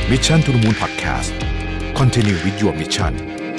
Mission to the Moon Podcast Continue with your mission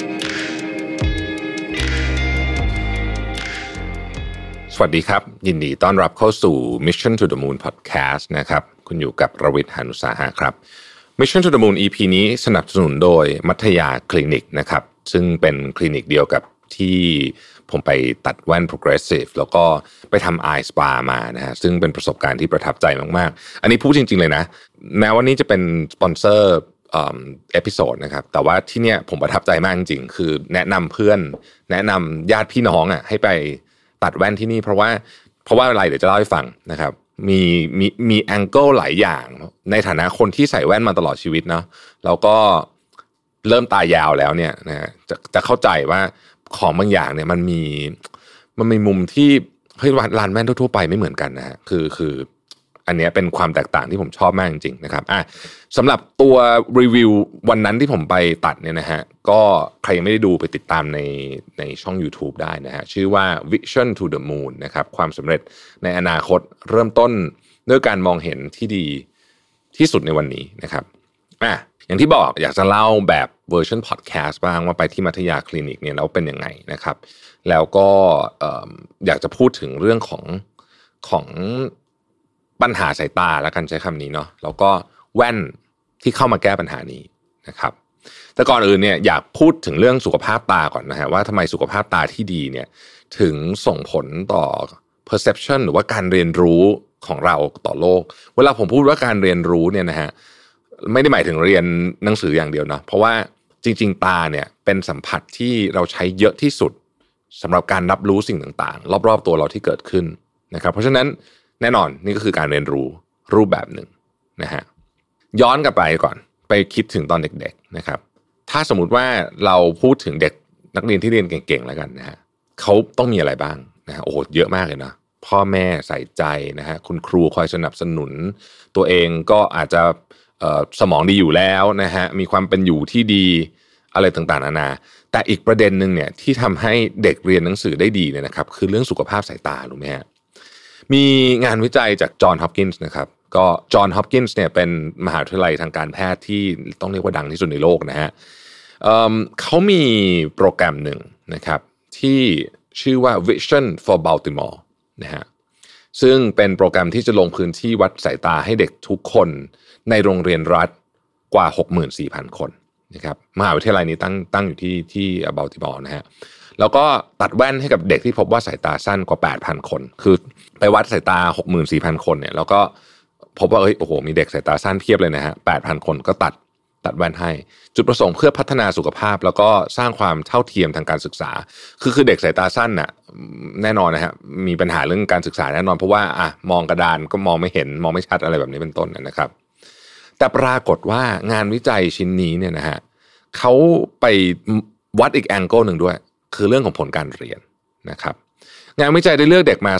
สวัสดีครับยินดีต้อนรับเข้าสู่ Mission to the Moon Podcast นะครับคุณอยู่กับรวิทย์ หาญอุตสาหะครับ Mission to the Moon EP นี้สนับสนุนโดยมัธยาคลินิกนะครับซึ่งเป็นคลินิกเดียวกับที่ผมไปตัดแว่น Progressive แล้วก็ไปทำ Eye Spa มานะฮะซึ่งเป็นประสบการณ์ที่ประทับใจมากๆอันนี้พูดจริงๆเลยนะแม้ว่านี้จะเป็นสปอนเซอร์เอพิโซดนะครับแต่ว่าที่เนี่ยผมประทับใจมากจริงๆคือแนะนำเพื่อนแนะนำญาติพี่น้องอ่ะให้ไปตัดแว่นที่นี่เพราะว่าอะไรเดี๋ยวจะเล่าให้ฟังนะครับมีแองเกิลหลายอย่างในฐานะคนที่ใส่แว่นมาตลอดชีวิตเนาะแล้วก็เริ่มตายาวแล้วเนี่ยนะจะเข้าใจว่าของบางอย่างเนี่ยมันมีมุมที่เฮ้ยร้านแว่นทั่วๆไปไม่เหมือนกันนะฮะคืออันนี้เป็นความแตกต่างที่ผมชอบมากจริงๆนะครับสำหรับตัวรีวิววันนั้นที่ผมไปตัดเนี่ยนะฮะก็ใครยังไม่ได้ดูไปติดตามในช่อง YouTube ได้นะฮะชื่อว่า Vision to the Moon นะครับความสำเร็จในอนาคตเริ่มต้นด้วยการมองเห็นที่ดีที่สุดในวันนี้นะครับอย่างที่บอกอยากจะเล่าแบบเวอร์ชันพอดแคสต์บ้างว่าไปที่มัธยาคลินิกเนี่ยแล้วเป็นยังไงนะครับแล้วก็อยากจะพูดถึงเรื่องของปัญหาสายตาแล้วกันใช้คำนี้เนาะแล้วก็แว่นที่เข้ามาแก้ปัญหานี้นะครับแต่ก่อนอื่นเนี่ยอยากพูดถึงเรื่องสุขภาพตาก่อนนะฮะว่าทำไมสุขภาพตาที่ดีเนี่ยถึงส่งผลต่อ perception หรือว่าการเรียนรู้ของเราต่อโลกเวลาผมพูดว่าการเรียนรู้เนี่ยนะฮะไม่ได้หมายถึงเรียนหนังสืออย่างเดียวนะเพราะว่าจริงๆตาเนี่ยเป็นสัมผัสที่เราใช้เยอะที่สุดสำหรับการรับรู้สิ่งต่างๆรอบๆตัวเราที่เกิดขึ้นนะครับเพราะฉะนั้นแน่นอนนี่ก็คือการเรียนรู้รูปแบบหนึ่งนะฮะย้อนกลับไปก่อนไปคิดถึงตอนเด็กๆนะครับถ้าสมมุติว่าเราพูดถึงเด็กนักเรียนที่เรียนเก่งๆแล้วกันนะฮะเขาต้องมีอะไรบ้างนะฮะโอ้โหเยอะมากเลยนะพ่อแม่ใส่ใจนะฮะคุณครูคอยสนับสนุนตัวเองก็อาจจะสมองดีอยู่แล้วนะฮะมีความเป็นอยู่ที่ดีอะไรต่างๆนานาแต่อีกประเด็นหนึ่งเนี่ยที่ทำให้เด็กเรียนหนังสือได้ดีเนี่ยนะครับคือเรื่องสุขภาพสายตารู้ไหมฮะมีงานวิจัยจากจอห์นฮอปกินส์นะครับก็จอห์นฮอปกินส์เนี่ยเป็นมหาวิทยาลัยทางการแพทย์ที่ต้องเรียกว่าดังที่สุดในโลกนะฮะเขามีโปรแกรมหนึ่งนะครับที่ชื่อว่า Vision for Baltimore นะฮะซึ่งเป็นโปรแกรมที่จะลงพื้นที่วัดสายตาให้เด็กทุกคนในโรงเรียนรัฐกว่า 64,000 คนนะครับมหาวิทยาลัยนี้ตั้งอยู่ที่บัลติมอร์นะฮะแล้วก็ตัดแว่นให้กับเด็กที่พบว่าสายตาสั้นกว่า 8,000 คนคือไปวัดสายตา 64,000 คนเนี่ยแล้วก็พบว่าโอ้โหมีเด็กสายตาสั้นเพียบเลยนะฮะ 8,000 คนก็ตัดแว่นให้จุดประสงค์เพื่อพัฒนาสุขภาพแล้วก็สร้างความเท่าเทียมทางการศึกษาคือเด็กสายตาสั้นน่ะแน่นอนนะฮะมีปัญหาเรื่องการศึกษาแน่นอนเพราะว่ามองกระดานก็มองไม่เห็นมองไม่ชัดอะไรแบบนี้เป็นต้นนะครับแต่ปรากฏว่างานวิจัยชิ้นนี้เนี่ยนะฮะเขาไปวัดอีกแองเกิลหนึ่งด้วยคือเรื่องของผลการเรียนนะครับงานวิจัยได้เลือกเด็กมา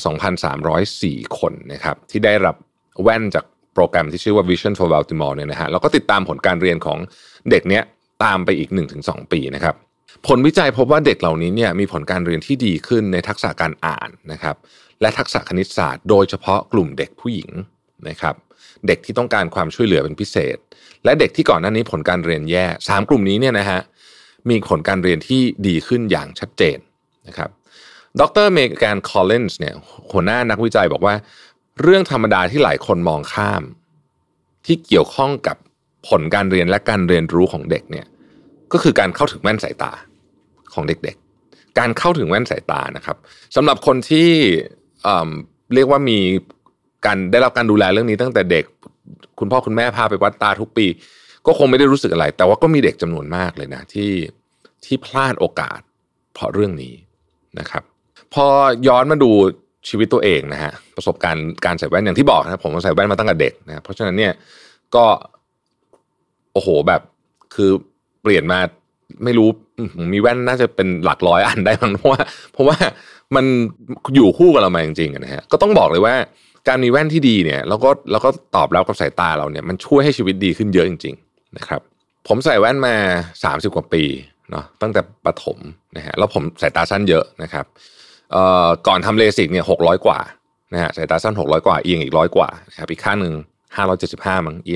2,304 คนนะครับที่ได้รับแว่นจากโปรแกรมที่ชื่อว่า Vision for Baltimore เนี่ยนะฮะแล้วก็ติดตามผลการเรียนของเด็กเนี้ยตามไปอีก 1-2 ปีนะครับผลวิจัยพบว่าเด็กเหล่านี้เนี่ยมีผลการเรียนที่ดีขึ้นในทักษะการอ่านนะครับและทักษะคณิตศาสตร์โดยเฉพาะกลุ่มเด็กผู้หญิงนะครับเด็กที่ต้องการความช่วยเหลือเป็นพิเศษและเด็กที่ก่อนหน้านี้ผลการเรียนแย่3กลุ่มนี้เนี่ยนะฮะมีผลการเรียนที่ดีขึ้นอย่างชัดเจนนะครับดร. เมแกน คอลลินส์เนี่ยหัวหน้านักวิจัยบอกว่าเรื่องธรรมดาที่หลายคนมองข้ามที่เกี่ยวข้องกับผลการเรียนและการเรียนรู้ของเด็กเนี่ยก็คือการเข้าถึงแว่นสายตาของเด็กๆการเข้าถึงแว่นสายตานะครับสำหรับคนที่เรียกว่ามีการได้รับการดูแลเรื่องนี้ตั้งแต่เด็กคุณพ่อคุณแม่พาไปวัดตาทุกปีก็คงไม่ได้รู้สึกอะไรแต่ว่าก็มีเด็กจำนวนมากเลยนะที่พลาดโอกาสเพราะเรื่องนี้นะครับพอย้อนมาดูชีวิตตัวเองนะฮะประสบการณ์การใส่แว่นอย่างที่บอกนะผมใส่แว่นมาตั้งแต่เด็กนะเพราะฉะนั้นเนี่ยก็โอ้โหแบบคือเปลี่ยนมาไม่รู้มีแว่นน่าจะเป็นหลักร้อยอันได้มั้งเพราะว่ามันอยู่คู่กับเรามาจริงๆนะฮะก็ต้องบอกเลยว่าการมีแว่นที่ดีเนี่ยแล้วก็ตอบรับกับสายตาเราเนี่ยมันช่วยให้ชีวิตดีขึ้นเยอะจริงๆนะครับผมใส่แว่นมา30กว่าปีเนาะตั้งแต่ประถมนะฮะแล้วผมสายตาสั้นเยอะนะครับก่อนทำเลสิกเนี่ย600กว่านะฮะสายตาสั้น600กว่าเอียงอีก100กว่านะครับอีกข้างนึง575มั้งเอียง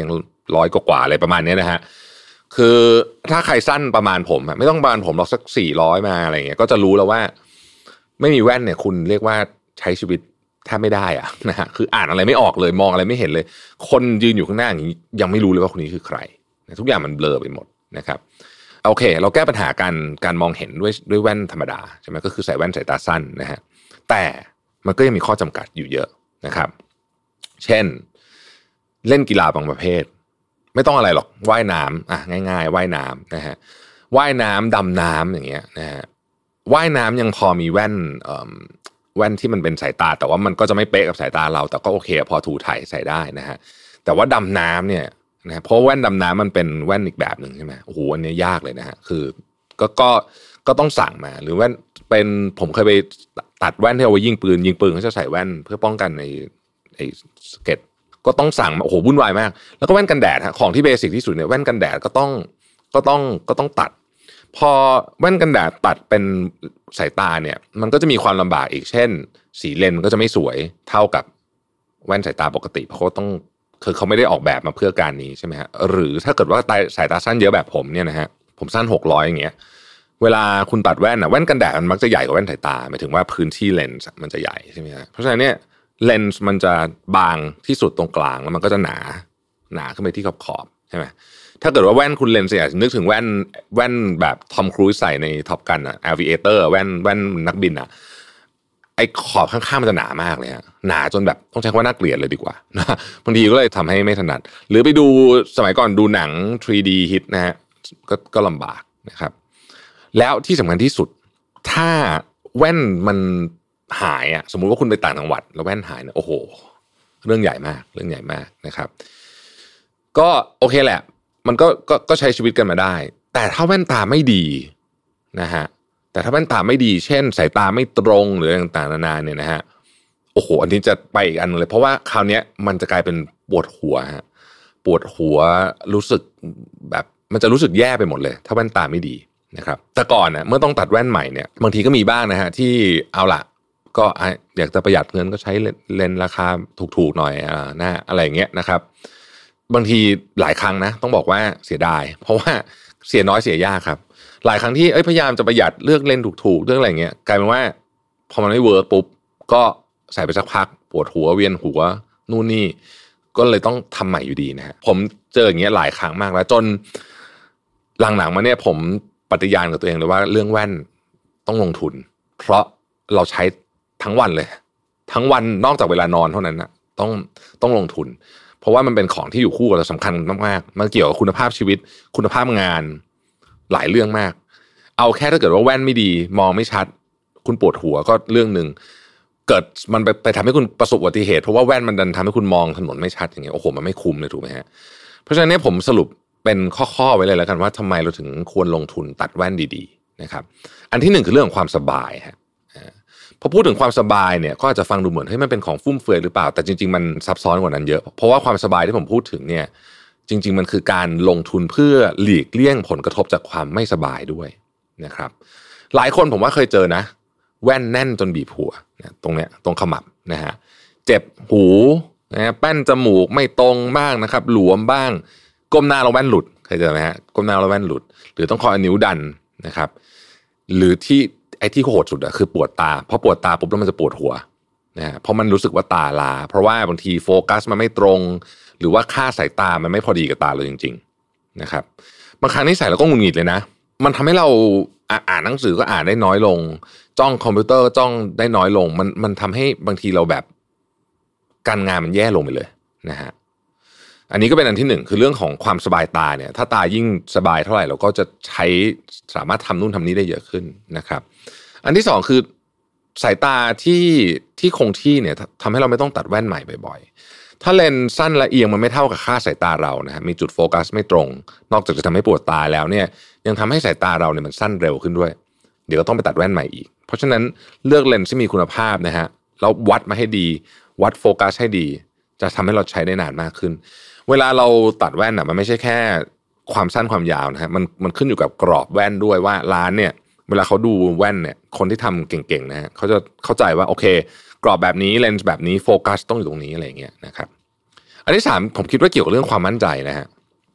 100กว่าอะไรประมาณนี้นะฮะคือถ้าใครสั้นประมาณผมไม่ต้องประมาณผมหรอกสัก400มาอะไรเงี้ยก็จะรู้แล้วว่าไม่มีแว่นเนี่ยคุณเรียกว่าใช้ชีวิตแทบไม่ได้อะนะฮะคืออ่านอะไรไม่ออกเลยมองอะไรไม่เห็นเลยคนยืนอยู่ข้างหน้าอย่างนี้ยังไม่รู้เลยว่าคนนี้คือใครทุกอย่างมันเบลอไปหมดนะครับโอเคเราแก้ปัญหาการมองเห็นด้วยแว่นธรรมดาใช่ไหมก็คือใส่แว่นสายตาสั้นนะฮะแต่มันก็ยังมีข้อจำกัดอยู่เยอะนะครับเช่นเล่นกีฬาบางประเภทไม่ต้องอะไรหรอกว่ายน้ำง่ายๆว่ายน้ำนะฮะว่ายน้ำดำน้ำอย่างเงี้ยนะฮะว่ายน้ำยังพอมีแว่นที่มันเป็นสายตาแต่ว่ามันก็จะไม่เป๊ะกับสายตาเราแต่ก็โอเคพอถูถ่ายใส่ได้นะฮะแต่ว่าดำน้ำเนี่ยนะเพราะแว่นดำน้ำมันเป็นแว่นอีกแบบหนึ่งใช่ไหมโอ้โหอันนี้ยากเลยนะฮะคือก็ต้องสั่งมาหรือแว่นเป็นผมเคยไปตัดแว่นที่เอาไว้ยิงปืนเขาจะใส่แว่นเพื่อป้องกันไอ้สเก็ตก็ต้องสั่งมาโอ้โหวุ่นวายมากแล้วก็แว่นกันแดดฮะของที่เบสิกที่สุดเนี่ยแว่นกันแดดก็ต้องตัดพอแว่นกันแดดตัดเป็นสายตาเนี่ยมันก็จะมีความลำบากอีกเช่นสีเลนส์ก็จะไม่สวยเท่ากับแว่นสายตาปกติเพราะคือเขาไม่ได้ออกแบบมาเพื่อการนี้ใช่ไหมฮะหรือถ้าเกิดว่าสายตาสั้นเยอะแบบผมเนี่ยนะฮะผมสั้น600อย่างเงี้ยเวลาคุณตัดแว่นแว่นกันแดดมันมักจะใหญ่กว่าแว่นสายตาหมายถึงว่าพื้นที่เลนส์มันจะใหญ่ใช่ไหมฮะเพราะฉะนั้นเนี่ยเลนส์มันจะบางที่สุดตรงกลางแล้วมันก็จะหนาขึ้นไปที่ขอบใช่ไหมถ้าเกิดว่าแว่นคุณเลนส์อยากนึกถึงแว่นแบบทอมครูซใส่ในท็อปกันอะแอวิเอเตอร์แว่นนักบินอะไอ้ขอบข้างๆมันจะหนามากเลยฮะหนาจนแบบต้องใช้คำว่าน่าเกลียดเลยดีกว่านะบางทีก็เลยทำให้ไม่ถนัดหรือไปดูสมัยก่อนดูหนัง 3D ฮิตนะฮะก็ลำบากนะครับแล้วที่สำคัญที่สุดถ้าแว่นมันหายอ่ะสมมุติว่าคุณไปต่างจังหวัดแล้วแว่นหายเนี่ยโอ้โหเรื่องใหญ่มากนะครับก็โอเคแหละมันก็ใช้ชีวิตกันมาได้แต่ถ้าแว่นตาไม่ดีนะฮะแต่ถ้าแว่นตาไม่ดีเช่นสายตาไม่ตรงหรืออะไรต่างๆนานาเนี่ยนะฮะโอ้โหอันนี้จะไปอีกอันนึงเลยเพราะว่าคราวนี้มันจะกลายเป็นปวดหัวฮะปวดหัวรู้สึกแบบมันจะรู้สึกแย่ไปหมดเลยถ้าแว่นตาไม่ดีนะครับแต่ก่อนเมื่อต้องตัดแว่นใหม่เนี่ยบางทีก็มีบ้างนะฮะที่เอาละก็อยากจะประหยัดเงินก็ใช้เลนส์ราคาถูกๆหน่อยนะอะไรอย่างเงี้ยนะครับบางทีหลายครั้งนะต้องบอกว่าเสียดายเพราะว่าเสียน้อยเสียยากครับหลายครั้งที่พยายามจะประหยัดเลือกเลนส์ถูกๆเรื่องอะไรเงี้ยกลายเป็นว่าพอมันไม่เวิร์กปุ๊บก็ใส่ไปสักพักปวดหัวเวียนหัวนู่นนี่ก็เลยต้องทำใหม่อยู่ดีนะฮะผมเจออย่างเงี้ยหลายครั้งมากแล้วจนหลังๆมาเนี่ยผมปฏิญาณกับตัวเองเลยว่าเรื่องแว่นต้องลงทุนเพราะเราใช้ทั้งวันเลยทั้งวันนอกจากเวลานอนเท่านั้นนะต้องลงทุนเพราะว่ามันเป็นของที่อยู่คู่กับเราสำคัญมากๆมันเกี่ยวกับคุณภาพชีวิตคุณภาพงานหลายเรื่องมากเอาแค่ถ้าเกิดว่าแว่นไม่ดีมองไม่ชัดคุณปวดหัวก็เรื่องนึงเกิดมันไปทำให้คุณประสบอุบัติเหตุเพราะว่าแว่นมันดันทำให้คุณมองถนนไม่ชัดอย่างเงี้ยโอ้โหมันไม่คุ้มเลยถูกไหมฮะเพราะฉะนั้นเนี่ยผมสรุปเป็นข้อไว้เลยแล้วกันว่าทำไมเราถึงควรลงทุนตัดแว่นดีๆนะครับอันที่หนึ่งคือเรื่องของความสบายฮะพอพูดถึงความสบายเนี่ยก็อาจจะฟังดูเหมือนให้มันเป็นของฟุ่มเฟือยหรือเปล่าแต่จริงๆมันซับซ้อนกว่านั้นเยอะเพราะว่าความสบายที่ผมพูดถึงเนี่ยจริงๆมันคือการลงทุนเพื่อหลีกเลี่ยงผลกระทบจากความไม่สบายด้วยนะครับหลายคนผมว่าเคยเจอนะแว่นแน่นจนบีบหัวตรงเนี้ยตรงขมับนะฮะเจ็บหูนะแป้นจมูกไม่ตรงบ้างนะครับหลวมบ้างก้มหน้าเราแว่นหลุดเคยเจอไหมฮะก้มหน้าเราแว่นหลุดหรือต้องคอยนิ้วดันนะครับหรือที่โหดสุดคือปวดตาพอปวดตาปุ๊บแล้วมันจะปวดหัวนะฮะเพราะมันรู้สึกว่าตาลาเพราะว่าบางทีโฟกัสมันไม่ตรงหรือว่าค่าสายตามันไม่พอดีกับตาเราจริงๆนะครับบางครั้งนี่ใส่แล้วก็หงุดหงิดเลยนะมันทำให้เราอ่านหนังสือก็อ่านได้น้อยลงจ้องคอมพิวเตอร์จ้องได้น้อยลงมันทำให้บางทีเราแบบการงานมันแย่ลงไปเลยนะฮะอันนี้ก็เป็นอันที่หนึ่งคือเรื่องของความสบายตาเนี่ยถ้าตายิ่งสบายเท่าไหร่เราก็จะสามารถทำนู่นทำนี้ได้เยอะขึ้นนะครับอันที่สองคือสายตาที่คงที่เนี่ยทำให้เราไม่ต้องตัดแว่นใหม่บ่อยๆถ้าเลนส์สั้นและเอียงมันไม่เท่ากับค่าสายตาเรานะฮะมีจุดโฟกัสไม่ตรงนอกจากจะทำให้ปวดตาแล้วเนี่ยยังทำให้สายตาเราเนี่ยมันสั้นเร็วขึ้นด้วยเดี๋ยวก็ต้องไปตัดแว่นใหม่อีกเพราะฉะนั้นเลือกเลนส์ที่มีคุณภาพนะฮะแล้ววัดมาให้ดีวัดโฟกัสให้ดีจะทำให้เราใช้ได้นานมากขึ้นเวลาเราตัดแว่นมันไม่ใช่แค่ความสั้นความยาวนะฮะมันขึ้นอยู่กับกรอบแว่นด้วยว่าร้านเนี่ยเวลาเขาดูแว่นเนี่ยคนที่ทำเก่งๆนะฮะเขาจะเข้าใจว่าโอเคกรอบแบบนี้เลนส์แบบนี้โฟกัสต้องอยู่ตรงนี้อะไรอย่างเงี้ยนะครับอันที่สามผมคิดว่าเกี่ยวกับเรื่องความมั่นใจนะฮะ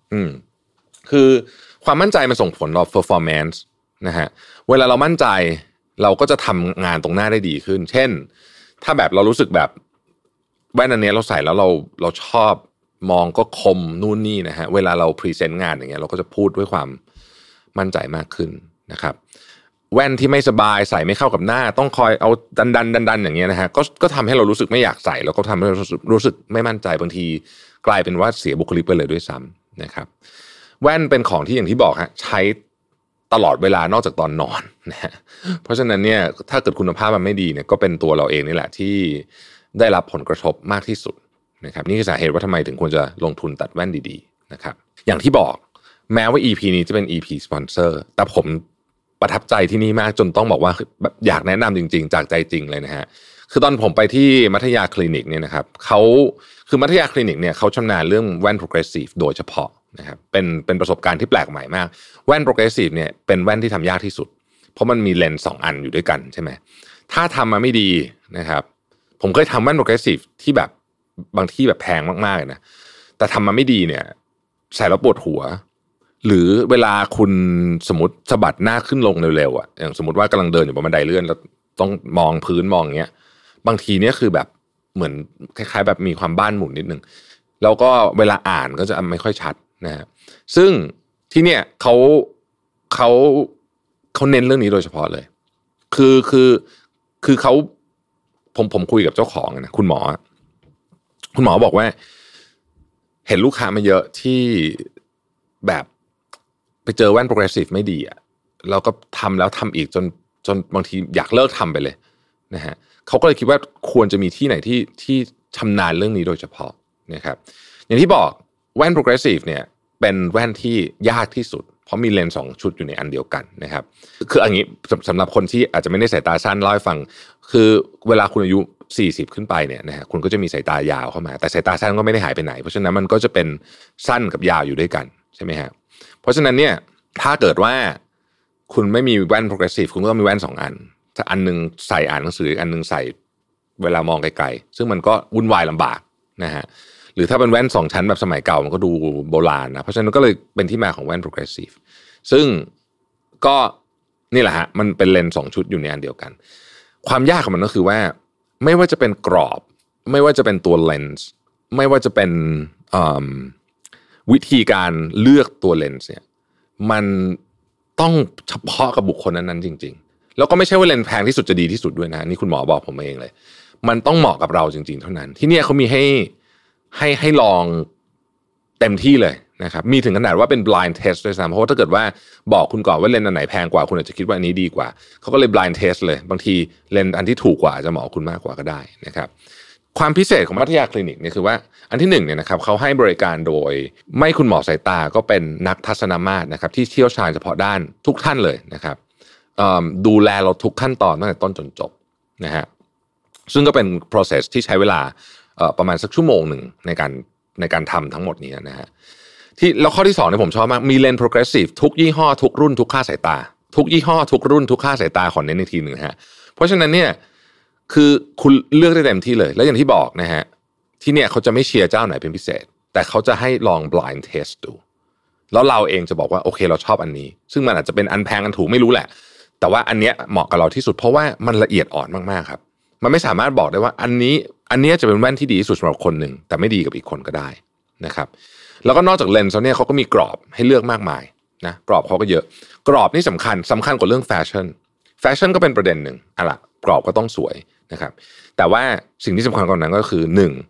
คือความมั่นใจมันส่งผลต่อ performance นะฮะเวลาเรามั่นใจเราก็จะทำงานตรงหน้าได้ดีขึ้นเช่นถ้าแบบเรารู้สึกแบบแว่นอันนี้เราใส่แล้วเราชอบมองก็คมนู่นนี่นะฮะเวลาเราพรีเซนต์งานอย่างเงี้ยเราก็จะพูดด้วยความมั่นใจมากขึ้นนะครับแว่นที่ไม่สบายใส่ไม่เข้ากับหน้าต้องคอยเอาดันอย่างเงี้ยนะฮะก็ทำให้เรารู้สึกไม่อยากใส่แล้วก็ทำให้เรารู้สึกไม่มั่นใจบางทีกลายเป็นว่าเสียบุคลิกไปเลยด้วยซ้ำนะครับแว่นเป็นของที่อย่างที่บอกฮะใช้ตลอดเวลานอกจากตอนนอนนะฮะเพราะฉะนั้นเนี่ยถ้าเกิดคุณภาพมันไม่ดีเนี่ยก็เป็นตัวเราเองนี่แหละที่ได้รับผลกระทบมากที่สุดนะครับนี่คือสาเหตุว่าทำไมถึงควรจะลงทุนตัดแว่นดีๆนะครับอย่างที่บอกแม้ว่า EP นี้จะเป็น EP สปอนเซอร์แต่ผมประทับใจที่นี่มากจนต้องบอกว่าแบบอยากแนะนำจริงๆจากใจจริงเลยนะฮะคือตอนผมไปที่มัธยาคลินิกเนี่ยนะครับคือมัธยาคลินิกเนี่ยเขาชำนาญเรื่องแว่น progressive โดยเฉพาะนะครับเป็นประสบการณ์ที่แปลกใหม่มากแว่น progressive เนี่ยเป็นแว่นที่ทำยากที่สุดเพราะมันมีเลนส์2อันอยู่ด้วยกันใช่ไหมถ้าทำมาไม่ดีนะครับผมเคยทำแว่น progressive ที่แบบบางที่แบบแพงมากๆเลยนะแต่ทำมาไม่ดีเนี่ยใส่แล้วปวดหัวหรือเวลาคุณสมมติสะบัดหน้าขึ้นลงเร็วๆอ่ะอย่างสมมติว่ากำลังเดินอยู่บนบันไดเลื่อนแล้วต้องมองพื้นมองอย่างเงี้ยบางทีเนี่ยคือแบบเหมือนคล้ายๆแบบมีความบ้านหมุนนิดนึงแล้วก็เวลาอ่านก็จะไม่ค่อยชัดนะฮะซึ่งที่เนี่ยเขาเน้นเรื่องนี้โดยเฉพาะเลยคือเขาผมคุยกับเจ้าของนะคุณหมอบอกว่าเห็นลูกค้ามาเยอะที่แบบไปเจอแว่น progressive ไม่ดีอ่ะเราก็ทำแล้วทำอีกจนบางทีอยากเลิกทำไปเลยนะฮะเขาก็เลยคิดว่าควรจะมีที่ไหนที่ชำนาญเรื่องนี้โดยเฉพาะนะครับอย่างที่บอกแว่น progressive เนี่ยเป็นแว่นที่ยากที่สุดเพราะมีเลนส์2ชุดอยู่ในอันเดียวกันนะครับคืออย่างนี้สำหรับคนที่อาจจะไม่ได้สายตาสั้นเล่าให้ฟังคือเวลาคุณอายุ40ขึ้นไปเนี่ยนะฮะคุณก็จะมีสายตายาวเข้ามาแต่สายตาสั้นก็ไม่ได้หายไปไหนเพราะฉะนั้นมันก็จะเป็นสั้นกับยาวอยู่ด้วยกันใช่ไหมฮะเพราะฉะนั้นเนี่ยถ้าเกิดว่าคุณไม่มีแว่น progressive คุณก็ต้องมีแว่น2อันถ้าอันนึงใส่อ่านหนังสืออันนึงใส่เวลามองไกลๆซึ่งมันก็วุ่นวายลำบากนะฮะหรือถ้าเป็นแว่น2ชั้นแบบสมัยเก่ามันก็ดูโบราณนะเพราะฉะนั้นก็เลยเป็นที่มาของแว่น progressive ซึ่งก็นี่แหละฮะมันเป็นเลนส์2ชุดอยู่ในอันเดียวกันความยากของมันก็คือว่าไม่ว่าจะเป็นกรอบไม่ว่าจะเป็นตัวเลนส์ไม่ว่าจะเป็นวิธีการเลือกตัวเลนส์เนี่ยมันต้องเฉพาะกับบุคคลนั้นๆจริงๆแล้วก็ไม่ใช่ว่าเลนส์แพงที่สุดจะดีที่สุดด้วยนะนี่คุณหมอบอกผมเองเลยมันต้องเหมาะกับเราจริงๆเท่านั้นที่เนี่ยเขามีให้ลองเต็มที่เลยนะครับมีถึงขนาดว่าเป็น blind test ด้วยซ้ำเพราะว่าถ้าเกิดว่าบอกคุณก่อนว่าเลนส์อันไหนแพงกว่าคุณอาจจะคิดว่าอันนี้ดีกว่าเขาก็เลย blind test เลยบางทีเลนส์อันที่ถูกกว่าจะเหมาะคุณมากกว่าก็ได้นะครับความพิเศษของมัธยาคลินิกเนี่ยคือว่าอันที่1เนี่ยนะครับเขาให้บริการโดยไม่คุณหมอสายตาก็เป็นนักทัศนมาตรนะครับที่เชี่ยวชาญเฉพาะด้านทุกท่านเลยนะครับดูแลเราทุกขั้นตอนตั้งแต่ต้นจนจบนะฮะซึ่งก็เป็น process ที่ใช้เวลาประมาณสักชั่วโมงหนึ่งในการทำทั้งหมดนี้นะฮะที่แล้วข้อที่2เนี่ยผมชอบมากมีเลนส์ progressive ทุกยี่ห้อทุกรุ่นทุกค่าสายตาทุกยี่ห้อทุกรุ่นทุกค่าสายตาขอเน้นอีกทีนึงฮะเพราะฉะนั้นเนี่ยคือคุณเลือกได้เต็มที่เลยแล้วอย่างที่บอกนะฮะที่เนี่ยเขาจะไม่เชียร์เจ้าไหนเป็นพิเศษแต่เขาจะให้ลอง blind test ดูแล้วเราเองจะบอกว่าโอเคเราชอบอันนี้ซึ่งมันอาจจะเป็นอันแพงอันถูกไม่รู้แหละแต่ว่าอันเนี้ยเหมาะกับเราที่สุดเพราะว่ามันละเอียดอ่อนมากๆครับมันไม่สามารถบอกได้ว่าอันนี้จะเป็นแว่นที่ดีที่สุดสำหรับคนหนึ่งแต่ไม่ดีกับอีกคนก็ได้นะครับแล้วก็นอกจากเลนส์แล้วเนี่ยเขาก็มีกรอบให้เลือกมากมายนะกรอบเขาก็เยอะกรอบนี่สำคัญกว่าเรื่องแฟชั่นก็เป็นประเด็นหนึ่งอะล่ะกรอบก็ต้องสวยนะครับแต่ว่าสิ่งที่สำคัญกว่านั้นก็คือ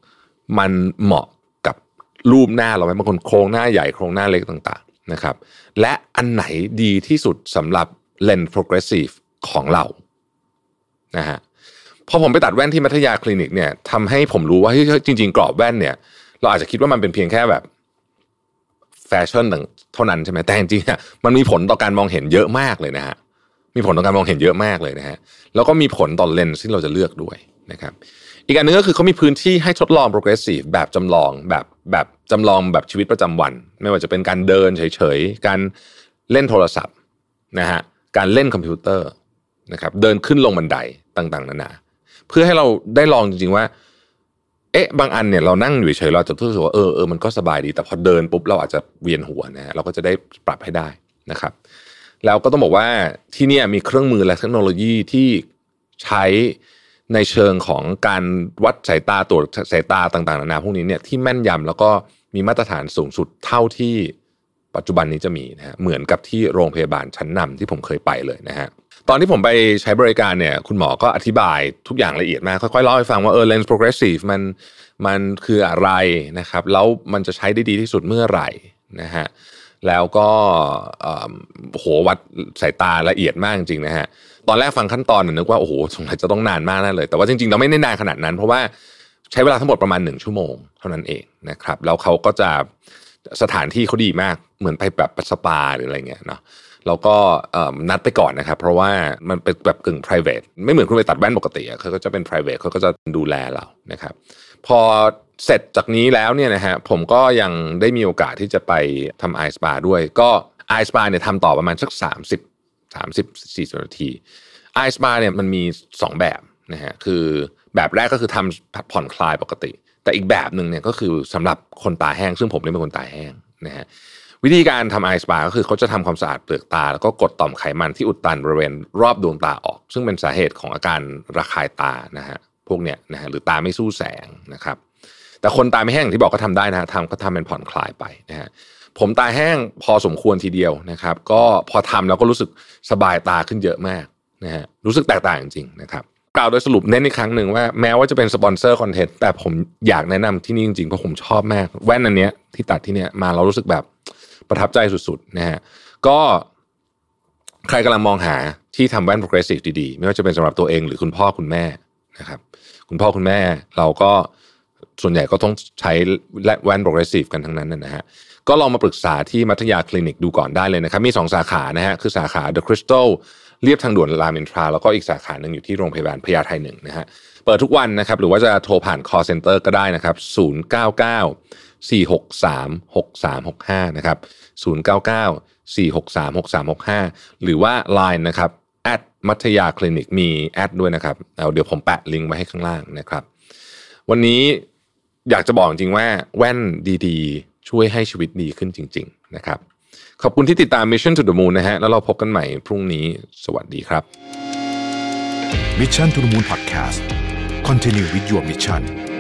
1มันเหมาะกับรูปหน้าเราไหมบางคนโครงหน้าใหญ่โครงหน้าเล็กต่างๆนะครับและอันไหนดีที่สุดสำหรับเลนส์ progressive ของเรานะฮะพอผมไปตัดแว่นที่มัธยาคลินิกเนี่ยทำให้ผมรู้ว่าจริงๆกรอบแว่นเนี่ยเราอาจจะคิดว่ามันเป็นเพียงแค่แบบแฟชั่นเท่านั้นใช่ไหมแต่จริงๆมันมีผลต่อการมองเห็นเยอะมากเลยนะฮะมีผลต่อการมองเห็นเยอะมากเลยนะฮะแล้วก็มีผลต่อเลนส์ที่เราจะเลือกด้วยนะครับอีกอันนึงก็คือเขามีพื้นที่ให้ทดลอง progressive แบบจำลองแบบจำลองแบบชีวิตประจำวันไม่ว่าจะเป็นการเดินเฉยๆการเล่นโทรศัพท์นะฮะการเล่นคอมพิวเตอร์นะครับเดินขึ้นลงบันไดต่างๆนานาเพื่อให้เราได้ลองจริงๆว่าบางอันเนี่ยเรานั่งอยู่เฉยเราจะรู้สึกว่ามันก็สบายดีแต่พอเดินปุ๊บเราอาจจะเวียนหัวนะฮะเราก็จะได้ปรับให้ได้นะครับแล้วก็ต้องบอกว่าที่นี่มีเครื่องมือและเทคโนโลยีที่ใช้ในเชิงของการวัดสายตาตรวจสายตาต่างๆนานาพวกนี้เนี่ยที่แม่นยำแล้วก็มีมาตรฐานสูงสุดเท่าที่ปัจจุบันนี้จะมีนะฮะเหมือนกับที่โรงพยาบาลชั้นนำที่ผมเคยไปเลยนะฮะตอนที่ผมไปใช้บริการเนี่ยคุณหมอก็อธิบายทุกอย่างละเอียดมากค่อยๆเล่าให้ฟังว่าlens progressive มันคืออะไรนะครับแล้วมันจะใช้ได้ดีที่สุดเมื่อไหร่นะฮะแล้วก็วัดสายตาละเอียดมากจริงๆนะฮะตอนแรกฟังขั้นตอนนึกว่าสงสัยจะต้องนานมากแน่เลยแต่ว่าจริงๆเราไม่ได้นานขนาดนั้นเพราะว่าใช้เวลาทั้งหมดประมาณ1ชั่วโมงเท่านั้นเองนะครับแล้วเขาก็จะสถานที่เขาดีมากเหมือนไปแบบสปาหรืออะไรเงี้ยเนาะแล้วก็นัดไปก่อนนะครับเพราะว่ามันเป็นแบบกึ่ง private ไม่เหมือนคุณไปตัดแว่นปกติเขาก็จะเป็น private เขาก็จะดูแลเรานะครับพอเสร็จจากนี้แล้วเนี่ยนะฮะผมก็ยังได้มีโอกาสที่จะไปทำ Eye Spa ด้วยก็Eye Spa เนี่ยทำต่อประมาณสัก30-40 นาที Eye Spa เนี่ยมันมี2แบบนะฮะคือแบบแรกก็คือทำผ่อนคลายปกติแต่อีกแบบนึงเนี่ยก็คือสำหรับคนตาแห้งซึ่งผมเนี่ยเป็นคนตาแห้งนะฮะวิธีการทำ Eye Spa ก็คือเขาจะทำความสะอาดเปลือกตาแล้วก็กดต่อมไขมันที่อุดตันบริเวณรอบดวงตาออกซึ่งเป็นสาเหตุของอาการระคายตานะฮะพวกเนี้ยนะฮะหรือตาไม่สู้แสงนะครับแต่คนตาไม่แห้งที่บอกก็ทำได้นะก็ทำเป็นผ่อนคลายไปนะฮะผมตาแห้งพอสมควรทีเดียวนะครับก็พอทำแล้วก็รู้สึกสบายตาขึ้นเยอะมากนะฮะรู้สึกแตกต่างจริงๆนะครับกล่าวโดยสรุปเน้นอีกครั้งหนึ่งว่าแม้ว่าจะเป็นสปอนเซอร์คอนเทนต์แต่ผมอยากแนะนำที่นี่จริงๆเพราะผมชอบมากแว่นอันเนี้ยที่ตัดที่เนี้ยมาเรารู้สึกแบบประทับใจสุดๆนะฮะก็ใครกำลังมองหาที่ทำแว่น progressive ดีๆไม่ว่าจะเป็นสำหรับตัวเองหรือคุณพ่อคุณแม่นะครับคุณพ่อคุณแม่เราก็ส่วนใหญ่ก็ต้องใช้แว่น progressive กันทั้งนั้นนะฮะก็ลองมาปรึกษาที่มัธยาคลินิกดูก่อนได้เลยนะครับมี2สาขานะฮะคือสาขา The Crystal เรียบทางด่วนรามอินทราแล้วก็อีกสาขาหนึ่งอยู่ที่โรงพยาบาลพญาไท1นะฮะเปิดทุกวันนะครับหรือว่าจะโทรผ่าน call center ก็ได้นะครับ099-463-6365นะครับ099-463-6365หรือว่า Line นะครับมัธยาคลินิกมีแอดด้วยนะครับเดี๋ยวผมแปะลิงก์ไว้ให้ข้างล่างนะครับวันนี้อยากจะบอกจริงว่าแว่นดีๆช่วยให้ชีวิตดีขึ้นจริงๆนะครับขอบคุณที่ติดตาม Mission to the Moon นะฮะแล้วเราพบกันใหม่พรุ่งนี้สวัสดีครับ Mission to the Moon Podcast Continue with your mission